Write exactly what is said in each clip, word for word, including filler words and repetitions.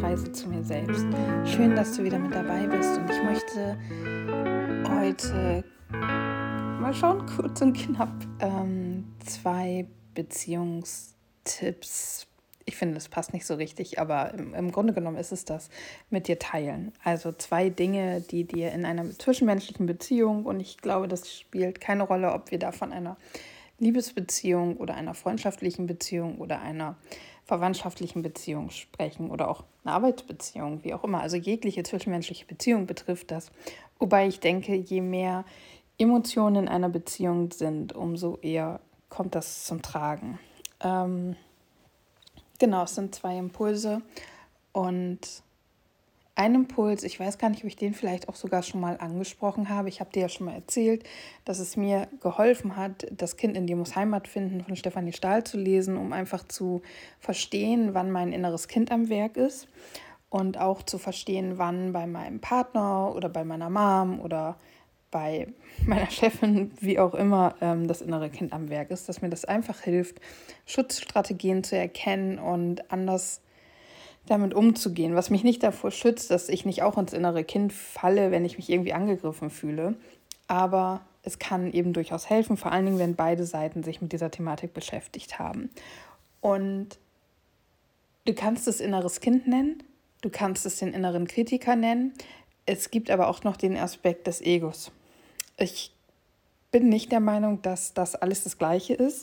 Reise zu mir selbst. Schön, dass du wieder mit dabei bist und ich möchte heute mal schauen, kurz und knapp, ähm, zwei Beziehungstipps. Ich finde, das passt nicht so richtig, aber im, im Grunde genommen ist es das, mit dir teilen. Also zwei Dinge, die dir in einer zwischenmenschlichen Beziehung, und ich glaube, das spielt keine Rolle, ob wir da von einer Liebesbeziehung oder einer freundschaftlichen Beziehung oder einer verwandtschaftlichen Beziehung sprechen oder auch eine Arbeitsbeziehung, wie auch immer. Also jegliche zwischenmenschliche Beziehung betrifft das. Wobei ich denke, je mehr Emotionen in einer Beziehung sind, umso eher kommt das zum Tragen. Ähm, genau, es sind zwei Impulse und ein Impuls, ich weiß gar nicht, ob ich den vielleicht auch sogar schon mal angesprochen habe. Ich habe dir ja schon mal erzählt, dass es mir geholfen hat, Das Kind in dir muss Heimat finden von Stefanie Stahl zu lesen, um einfach zu verstehen, wann mein inneres Kind am Werk ist und auch zu verstehen, wann bei meinem Partner oder bei meiner Mom oder bei meiner Chefin, wie auch immer, ähm, das innere Kind am Werk ist, dass mir das einfach hilft, Schutzstrategien zu erkennen und anders damit umzugehen, was mich nicht davor schützt, dass ich nicht auch ins innere Kind falle, wenn ich mich irgendwie angegriffen fühle. Aber es kann eben durchaus helfen, vor allen Dingen, wenn beide Seiten sich mit dieser Thematik beschäftigt haben. Und du kannst es inneres Kind nennen, du kannst es den inneren Kritiker nennen. Es gibt aber auch noch den Aspekt des Egos. Ich bin nicht der Meinung, dass das alles das Gleiche ist.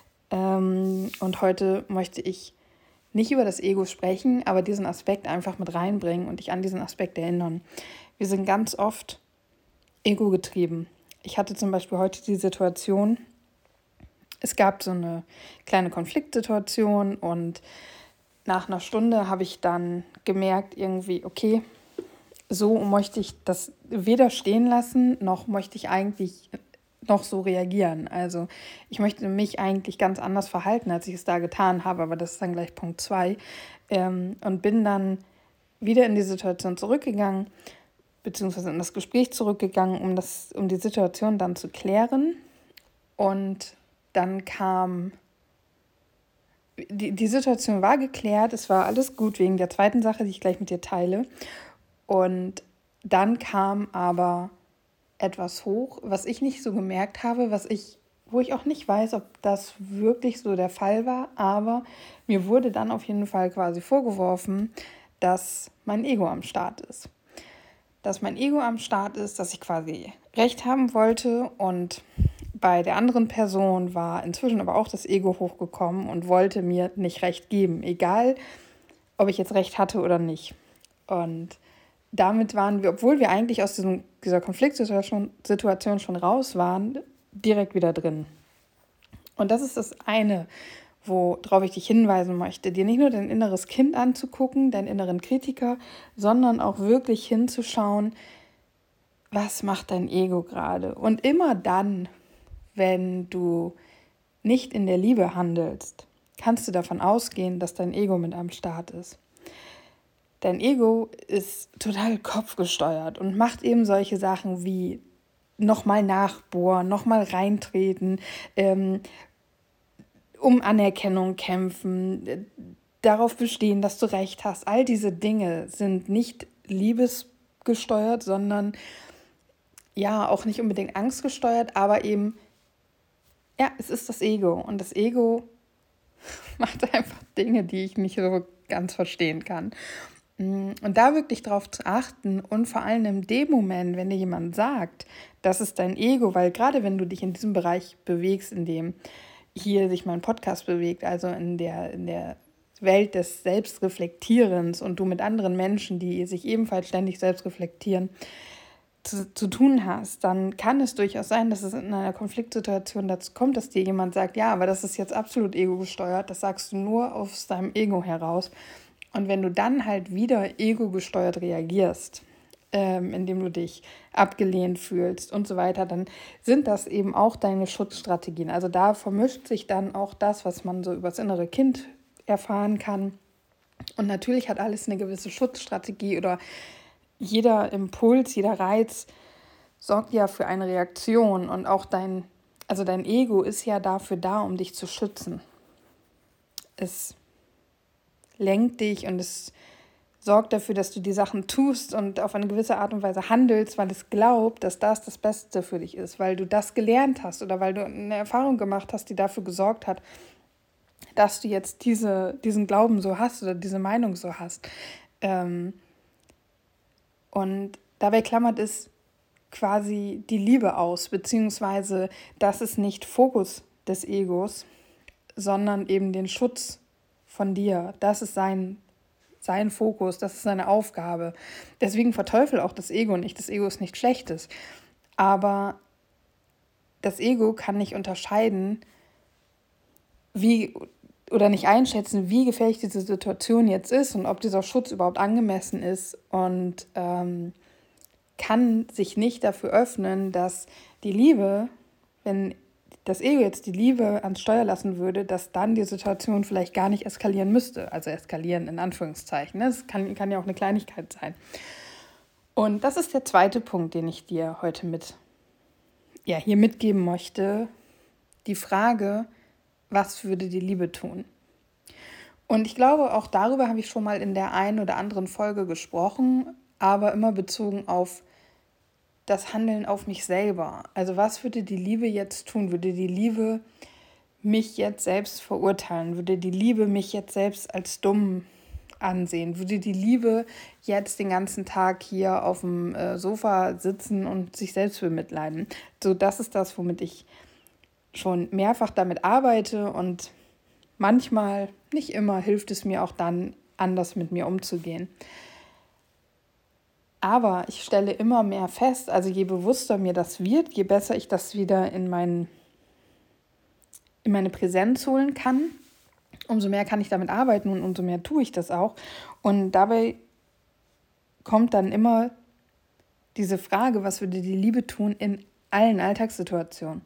Und heute möchte ich nicht über das Ego sprechen, aber diesen Aspekt einfach mit reinbringen und dich an diesen Aspekt erinnern. Wir sind ganz oft ego-getrieben. Ich hatte zum Beispiel heute die Situation, es gab so eine kleine Konfliktsituation und nach einer Stunde habe ich dann gemerkt, irgendwie, okay, so möchte ich das weder stehen lassen, noch möchte ich eigentlich noch so reagieren. Also ich möchte mich eigentlich ganz anders verhalten, als ich es da getan habe, aber das ist dann gleich Punkt zwei. Ähm, und bin dann wieder in die Situation zurückgegangen, beziehungsweise in das Gespräch zurückgegangen, um, das, um die Situation dann zu klären. Und dann kam, die, die Situation war geklärt, es war alles gut wegen der zweiten Sache, die ich gleich mit dir teile. Und dann kam aber etwas hoch, was ich nicht so gemerkt habe, was ich, wo ich auch nicht weiß, ob das wirklich so der Fall war, aber mir wurde dann auf jeden Fall quasi vorgeworfen, dass mein Ego am Start ist. Dass mein Ego am Start ist, dass ich quasi Recht haben wollte, und bei der anderen Person war inzwischen aber auch das Ego hochgekommen und wollte mir nicht Recht geben, egal ob ich jetzt Recht hatte oder nicht. Und damit waren wir, obwohl wir eigentlich aus diesem, dieser Konfliktsituation Situation schon raus waren, direkt wieder drin. Und das ist das eine, worauf ich dich hinweisen möchte, dir nicht nur dein inneres Kind anzugucken, deinen inneren Kritiker, sondern auch wirklich hinzuschauen, was macht dein Ego gerade. Und immer dann, wenn du nicht in der Liebe handelst, kannst du davon ausgehen, dass dein Ego mit am Start ist. Dein Ego ist total kopfgesteuert und macht eben solche Sachen wie nochmal nachbohren, nochmal reintreten, ähm, um Anerkennung kämpfen, äh, darauf bestehen, dass du recht hast. All diese Dinge sind nicht liebesgesteuert, sondern ja, auch nicht unbedingt angstgesteuert, aber eben, ja, es ist das Ego. Und das Ego macht einfach Dinge, die ich nicht so ganz verstehen kann. Und da wirklich drauf zu achten und vor allem in dem Moment, wenn dir jemand sagt, das ist dein Ego, weil gerade wenn du dich in diesem Bereich bewegst, in dem hier sich mein Podcast bewegt, also in der, in der Welt des Selbstreflektierens und du mit anderen Menschen, die sich ebenfalls ständig selbst reflektieren, zu, zu tun hast, dann kann es durchaus sein, dass es in einer Konfliktsituation dazu kommt, dass dir jemand sagt, ja, aber das ist jetzt absolut ego-gesteuert, das sagst du nur aus deinem Ego heraus. Und wenn du dann halt wieder ego-gesteuert reagierst, ähm, indem du dich abgelehnt fühlst und so weiter, dann sind das eben auch deine Schutzstrategien. Also da vermischt sich dann auch das, was man so über das innere Kind erfahren kann. Und natürlich hat alles eine gewisse Schutzstrategie, oder jeder Impuls, jeder Reiz sorgt ja für eine Reaktion. Und auch dein, also dein Ego ist ja dafür da, um dich zu schützen. Es lenkt dich und es sorgt dafür, dass du die Sachen tust und auf eine gewisse Art und Weise handelst, weil es glaubt, dass das das Beste für dich ist, weil du das gelernt hast oder weil du eine Erfahrung gemacht hast, die dafür gesorgt hat, dass du jetzt diese, diesen Glauben so hast oder diese Meinung so hast. Ähm, und dabei klammert es quasi die Liebe aus, beziehungsweise das ist nicht Fokus des Egos, sondern eben den Schutz von dir. Das ist sein, sein Fokus, das ist seine Aufgabe. Deswegen verteufel auch das Ego nicht. Das Ego ist nichts Schlechtes. Aber das Ego kann nicht unterscheiden, wie oder nicht einschätzen, wie gefährlich diese Situation jetzt ist und ob dieser Schutz überhaupt angemessen ist und ähm, kann sich nicht dafür öffnen, dass die Liebe, wenn das Ego jetzt die Liebe ans Steuer lassen würde, dass dann die Situation vielleicht gar nicht eskalieren müsste. Also eskalieren in Anführungszeichen. Das kann, kann ja auch eine Kleinigkeit sein. Und das ist der zweite Punkt, den ich dir heute mit, ja, hier mitgeben möchte. Die Frage, was würde die Liebe tun? Und ich glaube, auch darüber habe ich schon mal in der einen oder anderen Folge gesprochen, aber immer bezogen auf das Handeln auf mich selber. Also was würde die Liebe jetzt tun? Würde die Liebe mich jetzt selbst verurteilen? Würde die Liebe mich jetzt selbst als dumm ansehen? Würde die Liebe jetzt den ganzen Tag hier auf dem äh, Sofa sitzen und sich selbst bemitleiden? So, das ist das, womit ich schon mehrfach damit arbeite und manchmal, nicht immer, hilft es mir auch dann, anders mit mir umzugehen. Aber ich stelle immer mehr fest, also je bewusster mir das wird, je besser ich das wieder in, mein, in meine Präsenz holen kann, umso mehr kann ich damit arbeiten und umso mehr tue ich das auch. Und dabei kommt dann immer diese Frage, was würde die Liebe tun in allen Alltagssituationen?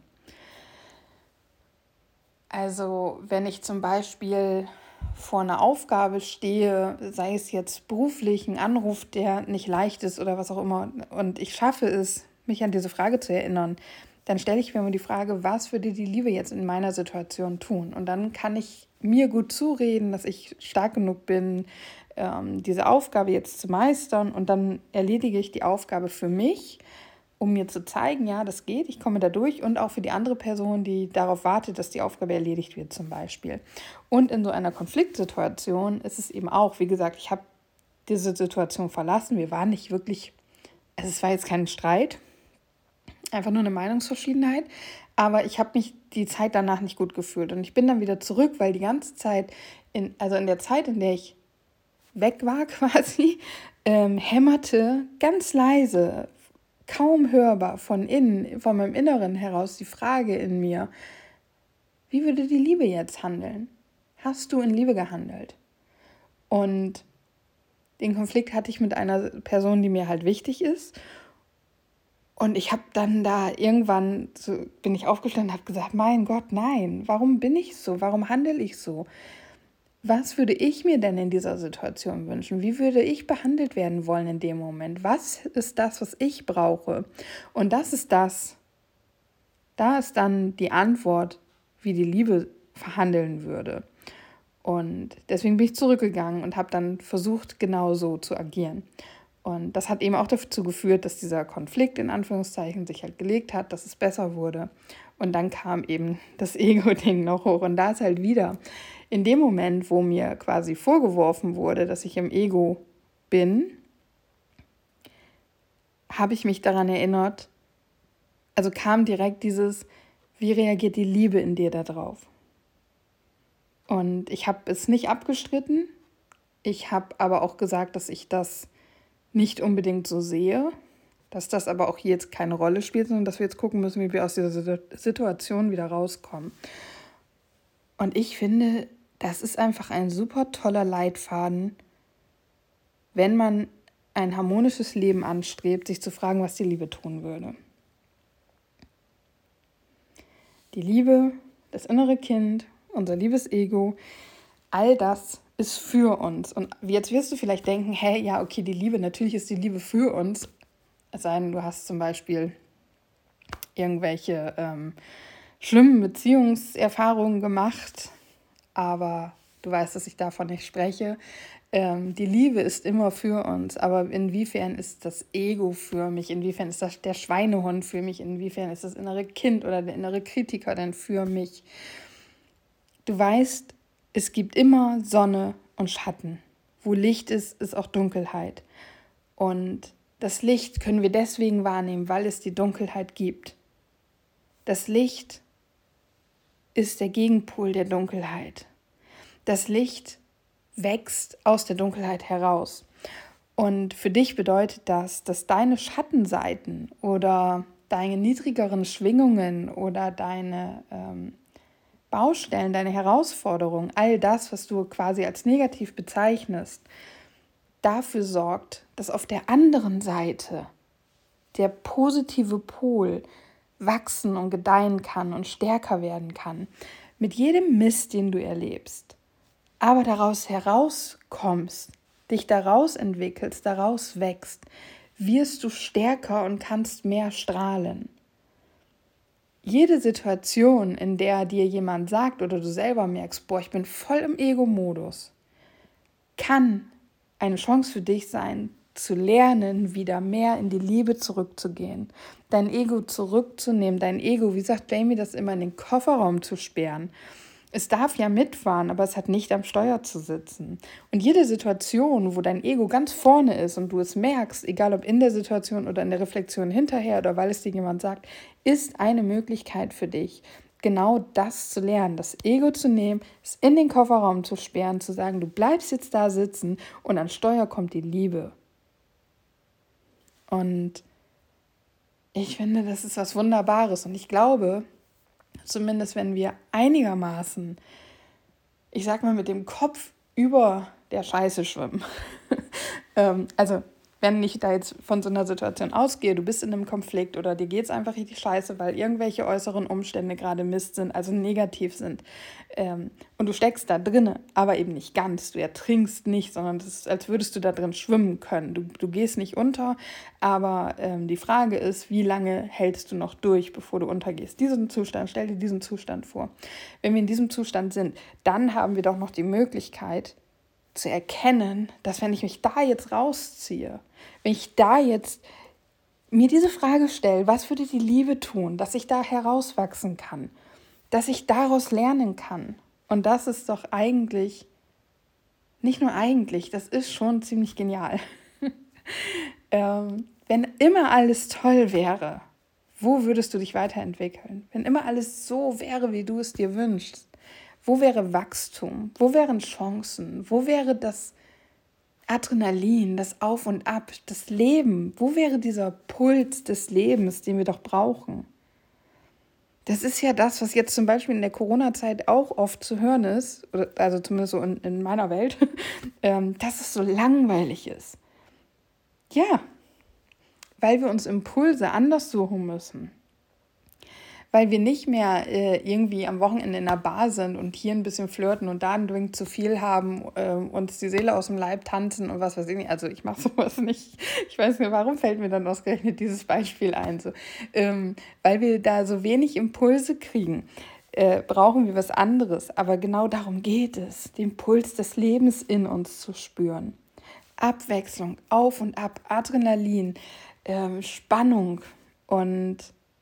Also wenn ich zum Beispiel vor einer Aufgabe stehe, sei es jetzt beruflich, ein Anruf, der nicht leicht ist oder was auch immer, und ich schaffe es, mich an diese Frage zu erinnern, dann stelle ich mir immer die Frage, was würde die Liebe jetzt in meiner Situation tun? Und dann kann ich mir gut zureden, dass ich stark genug bin, ähm, diese Aufgabe jetzt zu meistern, und dann erledige ich die Aufgabe für mich, um mir zu zeigen, ja, das geht, ich komme da durch, und auch für die andere Person, die darauf wartet, dass die Aufgabe erledigt wird zum Beispiel. Und in so einer Konfliktsituation ist es eben auch, wie gesagt, ich habe diese Situation verlassen, wir waren nicht wirklich, also es war jetzt kein Streit, einfach nur eine Meinungsverschiedenheit, aber ich habe mich die Zeit danach nicht gut gefühlt und ich bin dann wieder zurück, weil die ganze Zeit, in, also in der Zeit, in der ich weg war quasi, ähm, hämmerte ganz leise, kaum hörbar von innen, von meinem Inneren heraus die Frage in mir, wie würde die Liebe jetzt handeln? Hast du in Liebe gehandelt? Und den Konflikt hatte ich mit einer Person, die mir halt wichtig ist. Und ich habe dann da irgendwann, so bin ich aufgestanden und habe gesagt, mein Gott, nein, warum bin ich so? Warum handle ich so? Was würde ich mir denn in dieser Situation wünschen? Wie würde ich behandelt werden wollen in dem Moment? Was ist das, was ich brauche? Und das ist das, da ist dann die Antwort, wie die Liebe verhandeln würde. Und deswegen bin ich zurückgegangen und habe dann versucht, genau so zu agieren. Und das hat eben auch dazu geführt, dass dieser Konflikt in Anführungszeichen sich halt gelegt hat, dass es besser wurde. Und dann kam eben das Ego-Ding noch hoch. Und da ist halt wieder, in dem Moment, wo mir quasi vorgeworfen wurde, dass ich im Ego bin, habe ich mich daran erinnert, also kam direkt dieses, wie reagiert die Liebe in dir darauf? Und ich habe es nicht abgestritten. Ich habe aber auch gesagt, dass ich das nicht unbedingt so sehe, dass das aber auch hier jetzt keine Rolle spielt, sondern dass wir jetzt gucken müssen, wie wir aus dieser Situation wieder rauskommen. Und ich finde, das ist einfach ein super toller Leitfaden, wenn man ein harmonisches Leben anstrebt, sich zu fragen, was die Liebe tun würde. Die Liebe, das innere Kind, unser liebes Ego, all das ist für uns. Und jetzt wirst du vielleicht denken, hey, ja, okay, die Liebe, natürlich ist die Liebe für uns. Es sei denn, du hast zum Beispiel irgendwelche ähm, schlimmen Beziehungserfahrungen gemacht, aber du weißt, dass ich davon nicht spreche. Ähm, die Liebe ist immer für uns, aber inwiefern ist das Ego für mich? Inwiefern ist das der Schweinehund für mich? Inwiefern ist das innere Kind oder der innere Kritiker denn für mich? Du weißt, es gibt immer Sonne und Schatten. Wo Licht ist, ist auch Dunkelheit. Und das Licht können wir deswegen wahrnehmen, weil es die Dunkelheit gibt. Das Licht ist der Gegenpol der Dunkelheit. Das Licht wächst aus der Dunkelheit heraus. Und für dich bedeutet das, dass deine Schattenseiten oder deine niedrigeren Schwingungen oder deine ähm, Baustellen, deine Herausforderungen, all das, was du quasi als negativ bezeichnest, dafür sorgt, dass auf der anderen Seite der positive Pol wachsen und gedeihen kann und stärker werden kann. Mit jedem Mist, den du erlebst, aber daraus herauskommst, dich daraus entwickelst, daraus wächst, wirst du stärker und kannst mehr strahlen. Jede Situation, in der dir jemand sagt oder du selber merkst, boah, ich bin voll im Ego-Modus, kann eine Chance für dich sein, zu lernen, wieder mehr in die Liebe zurückzugehen, dein Ego zurückzunehmen, dein Ego, wie sagt Jamie das immer, in den Kofferraum zu sperren. Es darf ja mitfahren, aber es hat nicht am Steuer zu sitzen. Und jede Situation, wo dein Ego ganz vorne ist und du es merkst, egal ob in der Situation oder in der Reflexion hinterher oder weil es dir jemand sagt, ist eine Möglichkeit für dich, genau das zu lernen, das Ego zu nehmen, es in den Kofferraum zu sperren, zu sagen, du bleibst jetzt da sitzen und an Steuer kommt die Liebe. Und ich finde, das ist was Wunderbares und ich glaube, zumindest wenn wir einigermaßen, ich sag mal, mit dem Kopf über der Scheiße schwimmen. ähm, also wenn ich da jetzt von so einer Situation ausgehe, du bist in einem Konflikt oder dir geht es einfach richtig scheiße, weil irgendwelche äußeren Umstände gerade Mist sind, also negativ sind. Ähm, und du steckst da drinne, aber eben nicht ganz. Du ertrinkst nicht, sondern es ist, als würdest du da drin schwimmen können. Du, du gehst nicht unter, aber ähm, die Frage ist, wie lange hältst du noch durch, bevor du untergehst? Diesen Zustand, stell dir diesen Zustand vor. Wenn wir in diesem Zustand sind, dann haben wir doch noch die Möglichkeit, zu erkennen, dass wenn ich mich da jetzt rausziehe, wenn ich da jetzt mir diese Frage stelle, was würde die Liebe tun, dass ich da herauswachsen kann, dass ich daraus lernen kann. Und das ist doch eigentlich, nicht nur eigentlich, das ist schon ziemlich genial. ähm, wenn immer alles toll wäre, wo würdest du dich weiterentwickeln? Wenn immer alles so wäre, wie du es dir wünschst, wo wäre Wachstum? Wo wären Chancen? Wo wäre das Adrenalin, das Auf und Ab, das Leben? Wo wäre dieser Puls des Lebens, den wir doch brauchen? Das ist ja das, was jetzt zum Beispiel in der Corona-Zeit auch oft zu hören ist, also zumindest so in, in meiner Welt, dass es so langweilig ist. Ja, weil wir uns Impulse anders suchen müssen. Weil wir nicht mehr äh, irgendwie am Wochenende in einer Bar sind und hier ein bisschen flirten und da einen Drink zu viel haben, äh, uns die Seele aus dem Leib tanzen und was weiß ich nicht. Also ich mache sowas nicht. Ich weiß nicht, warum fällt mir dann ausgerechnet dieses Beispiel ein. So. Ähm, weil wir da so wenig Impulse kriegen, äh, brauchen wir was anderes. Aber genau darum geht es, den Puls des Lebens in uns zu spüren. Abwechslung, Auf und Ab, Adrenalin, äh, Spannung und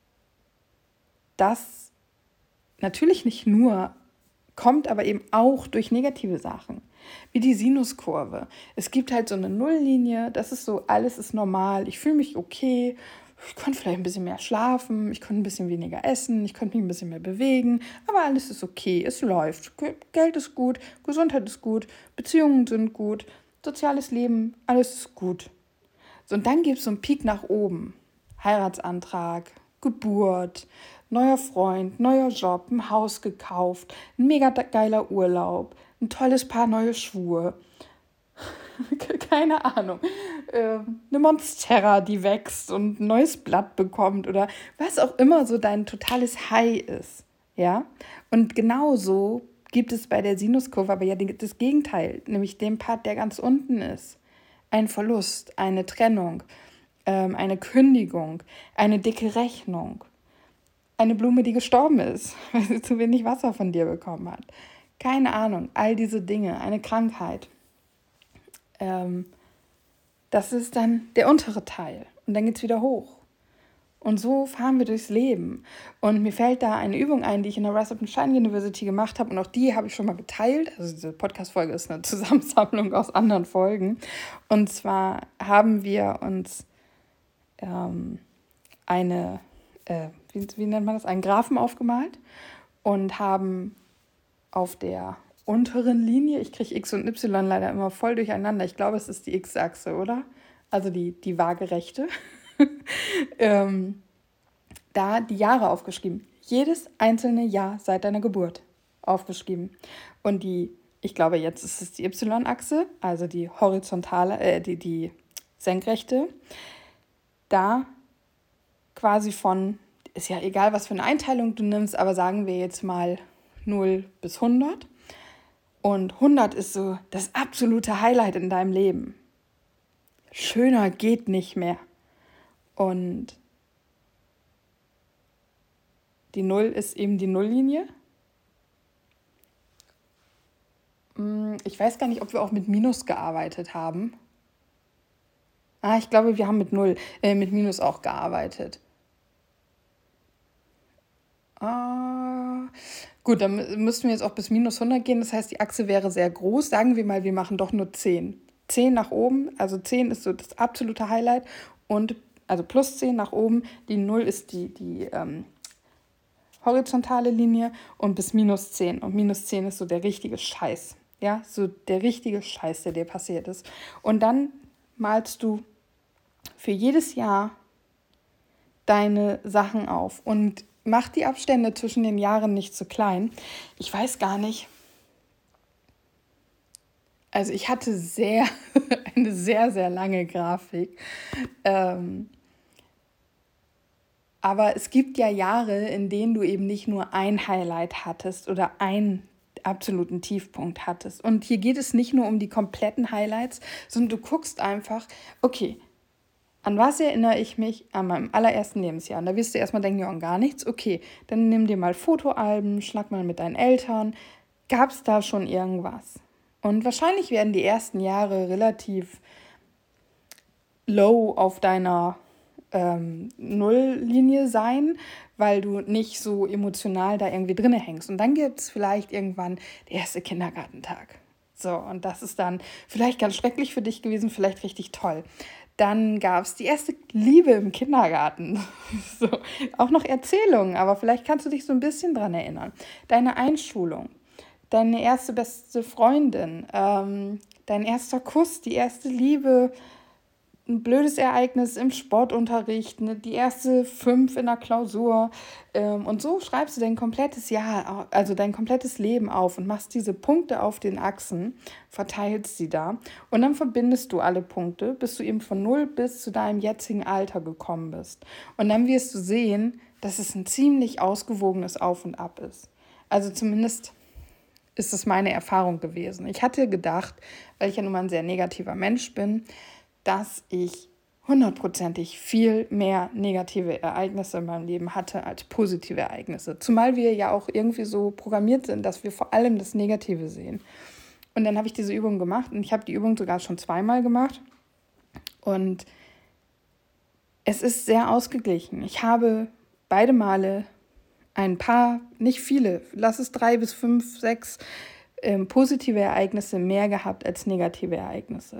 das natürlich nicht nur, kommt aber eben auch durch negative Sachen, wie die Sinuskurve. Es gibt halt so eine Nulllinie, das ist so, alles ist normal, ich fühle mich okay, ich konnte vielleicht ein bisschen mehr schlafen, ich konnte ein bisschen weniger essen, ich konnte mich ein bisschen mehr bewegen, aber alles ist okay, es läuft, Geld ist gut, Gesundheit ist gut, Beziehungen sind gut, soziales Leben, alles ist gut. So, und dann gibt es so einen Peak nach oben, Heiratsantrag, Geburt, neuer Freund, neuer Job, ein Haus gekauft, ein mega geiler Urlaub, ein tolles Paar neue Schuhe, keine Ahnung, äh, eine Monstera, die wächst und ein neues Blatt bekommt oder was auch immer so dein totales High ist, ja? Und genauso gibt es bei der Sinuskurve aber ja das Gegenteil, nämlich den Part, der ganz unten ist. Ein Verlust, eine Trennung, ähm, eine Kündigung, eine dicke Rechnung. Eine Blume, die gestorben ist, weil sie zu wenig Wasser von dir bekommen hat. Keine Ahnung, all diese Dinge, eine Krankheit. Ähm, das ist dann der untere Teil. Und dann geht es wieder hoch. Und so fahren wir durchs Leben. Und mir fällt da eine Übung ein, die ich in der Rise Up and Shine University gemacht habe. Und auch die habe ich schon mal geteilt. Also diese Podcast-Folge ist eine Zusammensammlung aus anderen Folgen. Und zwar haben wir uns ähm, eine, äh, wie, wie nennt man das, einen Graphen aufgemalt und haben auf der unteren Linie, ich kriege X und Y leider immer voll durcheinander. Ich glaube, es ist die X-Achse, oder? Also die, die waagerechte. ähm, da die Jahre aufgeschrieben. Jedes einzelne Jahr seit deiner Geburt aufgeschrieben. Und die, ich glaube, jetzt ist es die Y-Achse, also die horizontale, äh, die, die senkrechte. Da quasi von, ist ja egal, was für eine Einteilung du nimmst, aber sagen wir jetzt mal null bis hundert. Und hundert ist so das absolute Highlight in deinem Leben. Schöner geht nicht mehr. Und die null ist eben die Nulllinie. Ich weiß gar nicht, ob wir auch mit Minus gearbeitet haben. Ah, ich glaube, wir haben mit null, äh, mit Minus auch gearbeitet. Ah, gut, dann müssten wir jetzt auch bis minus hundert gehen. Das heißt, die Achse wäre sehr groß. Sagen wir mal, wir machen doch nur zehn. zehn nach oben, also zehn ist so das absolute Highlight. Und also plus zehn nach oben, die null ist die, die ähm, horizontale Linie und bis minus zehn. Und minus zehn ist so der richtige Scheiß. Ja, so der richtige Scheiß, der dir passiert ist. Und dann malst du für jedes Jahr deine Sachen auf und mach die Abstände zwischen den Jahren nicht zu klein. Ich weiß gar nicht. Also ich hatte sehr, eine sehr, sehr lange Grafik. Ähm, aber es gibt ja Jahre, in denen du eben nicht nur ein Highlight hattest oder einen absoluten Tiefpunkt hattest. Und hier geht es nicht nur um die kompletten Highlights, sondern du guckst einfach, okay, an was erinnere ich mich an meinem allerersten Lebensjahr? Und da wirst du erstmal denken, ja, an gar nichts. Okay, dann nimm dir mal Fotoalben, schnack mal mit deinen Eltern. Gab es da schon irgendwas? Und wahrscheinlich werden die ersten Jahre relativ low auf deiner ähm, Nulllinie sein, weil du nicht so emotional da irgendwie drinne hängst. Und dann gibt es vielleicht irgendwann der erste Kindergartentag. So, und das ist dann vielleicht ganz schrecklich für dich gewesen, vielleicht richtig toll. Dann gab es die erste Liebe im Kindergarten. So, auch noch Erzählungen, aber vielleicht kannst du dich so ein bisschen dran erinnern. Deine Einschulung, deine erste beste Freundin, ähm, dein erster Kuss, die erste Liebe, ein blödes Ereignis im Sportunterricht, ne, die erste fünf in der Klausur. Ähm, und so schreibst du dein komplettes Jahr, also dein komplettes Leben auf und machst diese Punkte auf den Achsen, verteilst sie da und dann verbindest du alle Punkte, bis du eben von null bis zu deinem jetzigen Alter gekommen bist. Und dann wirst du sehen, dass es ein ziemlich ausgewogenes Auf und Ab ist. Also zumindest ist es meine Erfahrung gewesen. Ich hatte gedacht, weil ich ja nun mal ein sehr negativer Mensch bin, dass ich hundertprozentig viel mehr negative Ereignisse in meinem Leben hatte als positive Ereignisse. Zumal wir ja auch irgendwie so programmiert sind, dass wir vor allem das Negative sehen. Und dann habe ich diese Übung gemacht und ich habe die Übung sogar schon zweimal gemacht. Und es ist sehr ausgeglichen. Ich habe beide Male ein paar, nicht viele, lass es drei bis fünf, sechs ähm, positive Ereignisse mehr gehabt als negative Ereignisse.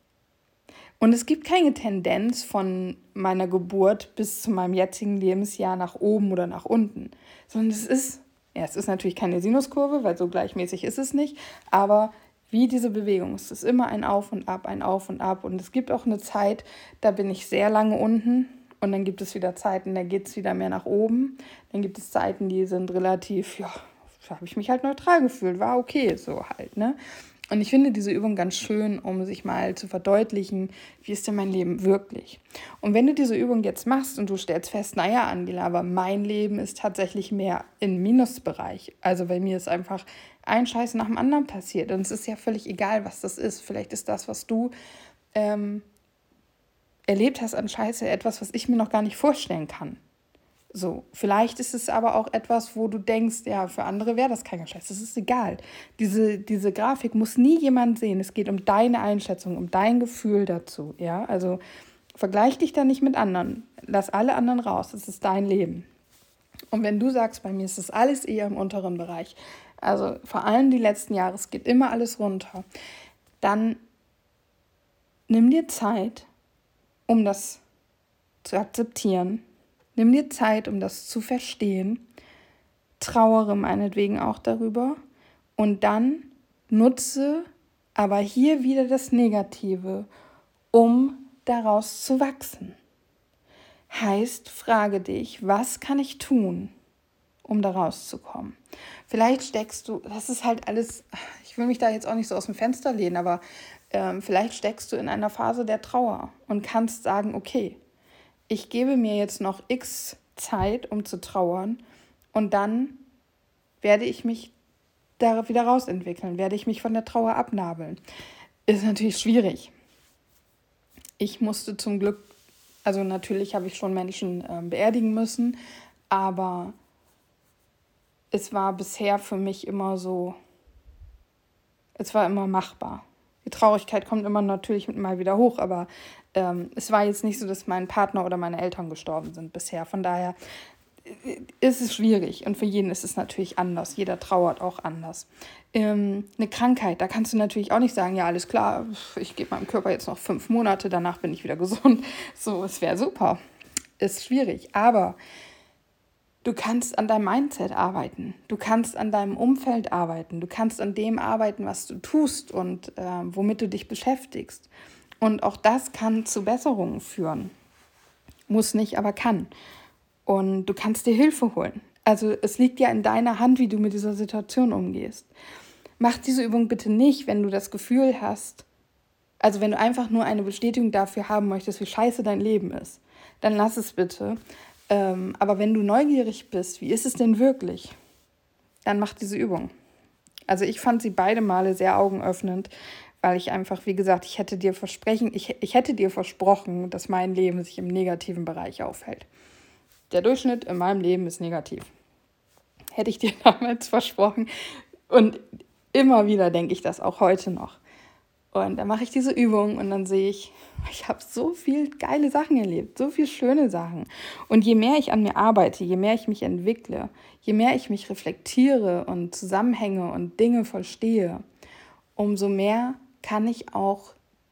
Und es gibt keine Tendenz von meiner Geburt bis zu meinem jetzigen Lebensjahr nach oben oder nach unten, sondern es ist, ja, es ist natürlich keine Sinuskurve, weil so gleichmäßig ist es nicht, aber wie diese Bewegung, es ist immer ein Auf und Ab, ein Auf und Ab. Und es gibt auch eine Zeit, da bin ich sehr lange unten und dann gibt es wieder Zeiten, da geht es wieder mehr nach oben. Dann gibt es Zeiten, die sind relativ, ja, da habe ich mich halt neutral gefühlt, war okay so halt, ne? Und ich finde diese Übung ganz schön, um sich mal zu verdeutlichen, wie ist denn mein Leben wirklich? Und wenn du diese Übung jetzt machst und du stellst fest, naja, Angela, aber mein Leben ist tatsächlich mehr im Minusbereich. Also bei mir ist einfach ein Scheiß nach dem anderen passiert. Und es ist ja völlig egal, was das ist. Vielleicht ist das, was du ähm, erlebt hast an Scheiße, etwas, was ich mir noch gar nicht vorstellen kann. So, vielleicht ist es aber auch etwas, wo du denkst, ja, für andere wäre das kein Gescheiß. Das ist egal. Diese, diese Grafik muss nie jemand sehen. Es geht um deine Einschätzung, um dein Gefühl dazu. Ja, also vergleich dich da nicht mit anderen. Lass alle anderen raus. Das ist dein Leben. Und wenn du sagst, bei mir ist das alles eher im unteren Bereich, also vor allem die letzten Jahre, es geht immer alles runter, dann nimm dir Zeit, um das zu akzeptieren. Nimm dir Zeit, um das zu verstehen. Trauere meinetwegen auch darüber. Und dann nutze aber hier wieder das Negative, um daraus zu wachsen. Heißt, frage dich, was kann ich tun, um da rauszukommen? Vielleicht steckst du, das ist halt alles, ich will mich da jetzt auch nicht so aus dem Fenster lehnen, aber ähm, vielleicht steckst du in einer Phase der Trauer und kannst sagen, okay, ich gebe mir jetzt noch x Zeit, um zu trauern und dann werde ich mich da wieder rausentwickeln, werde ich mich von der Trauer abnabeln. Ist natürlich schwierig. Ich musste zum Glück, also natürlich habe ich schon Menschen äh, beerdigen müssen, aber es war bisher für mich immer so, es war immer machbar. Die Traurigkeit kommt immer natürlich mal wieder hoch, aber ähm, es war jetzt nicht so, dass mein Partner oder meine Eltern gestorben sind bisher. Von daher ist es schwierig und für jeden ist es natürlich anders. Jeder trauert auch anders. Ähm, eine Krankheit, da kannst du natürlich auch nicht sagen, ja, alles klar, ich gebe meinem Körper jetzt noch fünf Monate, danach bin ich wieder gesund. So, es wäre super. Ist schwierig, aber du kannst an deinem Mindset arbeiten, du kannst an deinem Umfeld arbeiten, du kannst an dem arbeiten, was du tust und äh, womit du dich beschäftigst. Und auch das kann zu Besserungen führen. Muss nicht, aber kann. Und du kannst dir Hilfe holen. Also es liegt ja in deiner Hand, wie du mit dieser Situation umgehst. Mach diese Übung bitte nicht, wenn du das Gefühl hast, also wenn du einfach nur eine Bestätigung dafür haben möchtest, wie scheiße dein Leben ist, dann lass es bitte. Ähm, aber wenn du neugierig bist, wie ist es denn wirklich, dann mach diese Übung. Also ich fand sie beide Male sehr augenöffnend, weil ich einfach, wie gesagt, ich hätte dir versprechen, ich, ich hätte dir versprochen, dass mein Leben sich im negativen Bereich aufhält. Der Durchschnitt in meinem Leben ist negativ. Hätte ich dir damals versprochen. Und immer wieder denke ich das auch heute noch. Und dann mache ich diese Übung und dann sehe ich, ich habe so viel geile Sachen erlebt, so viele schöne Sachen. Und je mehr ich an mir arbeite, je mehr ich mich entwickle, je mehr ich mich reflektiere und Zusammenhänge und Dinge verstehe, umso mehr kann ich auch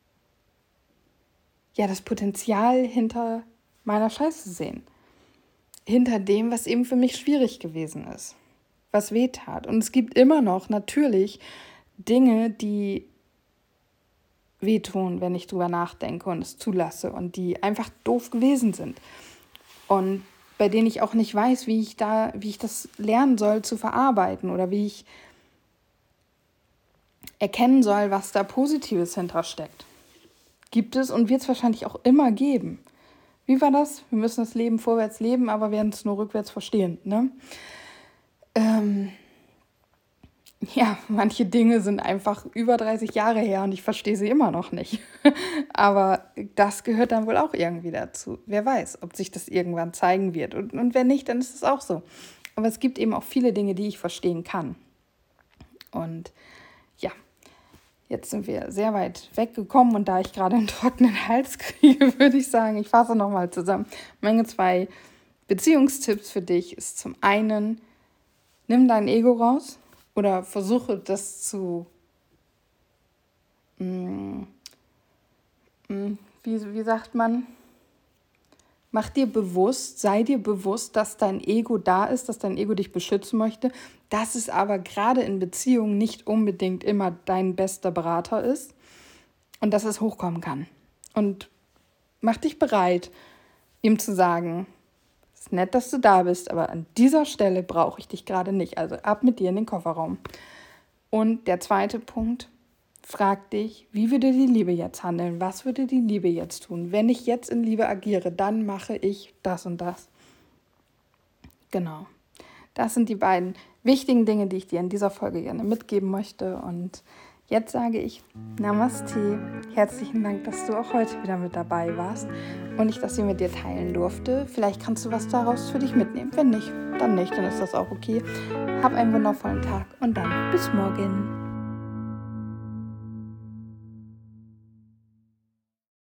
ja, das Potenzial hinter meiner Scheiße sehen. Hinter dem, was eben für mich schwierig gewesen ist, was wehtat. Und es gibt immer noch natürlich Dinge, die wehtun, wenn ich drüber nachdenke und es zulasse und die einfach doof gewesen sind. Und bei denen ich auch nicht weiß, wie ich da, wie ich das lernen soll zu verarbeiten oder wie ich erkennen soll, was da Positives hintersteckt. Gibt es und wird es wahrscheinlich auch immer geben. Wie war das? Wir müssen das Leben vorwärts leben, aber werden es nur rückwärts verstehen. Ne? Ähm, ja, manche Dinge sind einfach über dreißig Jahre her und ich verstehe sie immer noch nicht. Aber das gehört dann wohl auch irgendwie dazu. Wer weiß, ob sich das irgendwann zeigen wird. Und, und wenn nicht, dann ist es auch so. Aber es gibt eben auch viele Dinge, die ich verstehen kann. Und ja, jetzt sind wir sehr weit weggekommen und da ich gerade einen trockenen Hals kriege, würde ich sagen, ich fasse nochmal zusammen. Meine zwei Beziehungstipps für dich ist zum einen, nimm dein Ego raus oder versuche das zu, mh, mh, wie, wie sagt man, mach dir bewusst, sei dir bewusst, dass dein Ego da ist, dass dein Ego dich beschützen möchte, dass es aber gerade in Beziehungen nicht unbedingt immer dein bester Berater ist und dass es hochkommen kann. Und mach dich bereit, ihm zu sagen, es ist nett, dass du da bist, aber an dieser Stelle brauche ich dich gerade nicht. Also ab mit dir in den Kofferraum. Und der zweite Punkt, frag dich, wie würde die Liebe jetzt handeln? Was würde die Liebe jetzt tun? Wenn ich jetzt in Liebe agiere, dann mache ich das und das. Genau. Das sind die beiden wichtigen Dinge, die ich dir in dieser Folge gerne mitgeben möchte. Und Jetzt sage ich Namaste. Herzlichen Dank, dass du auch heute wieder mit dabei warst und ich das hier mit dir teilen durfte. Vielleicht kannst du was daraus für dich mitnehmen. Wenn nicht, dann nicht, dann ist das auch okay. Hab einen wundervollen Tag und dann bis morgen.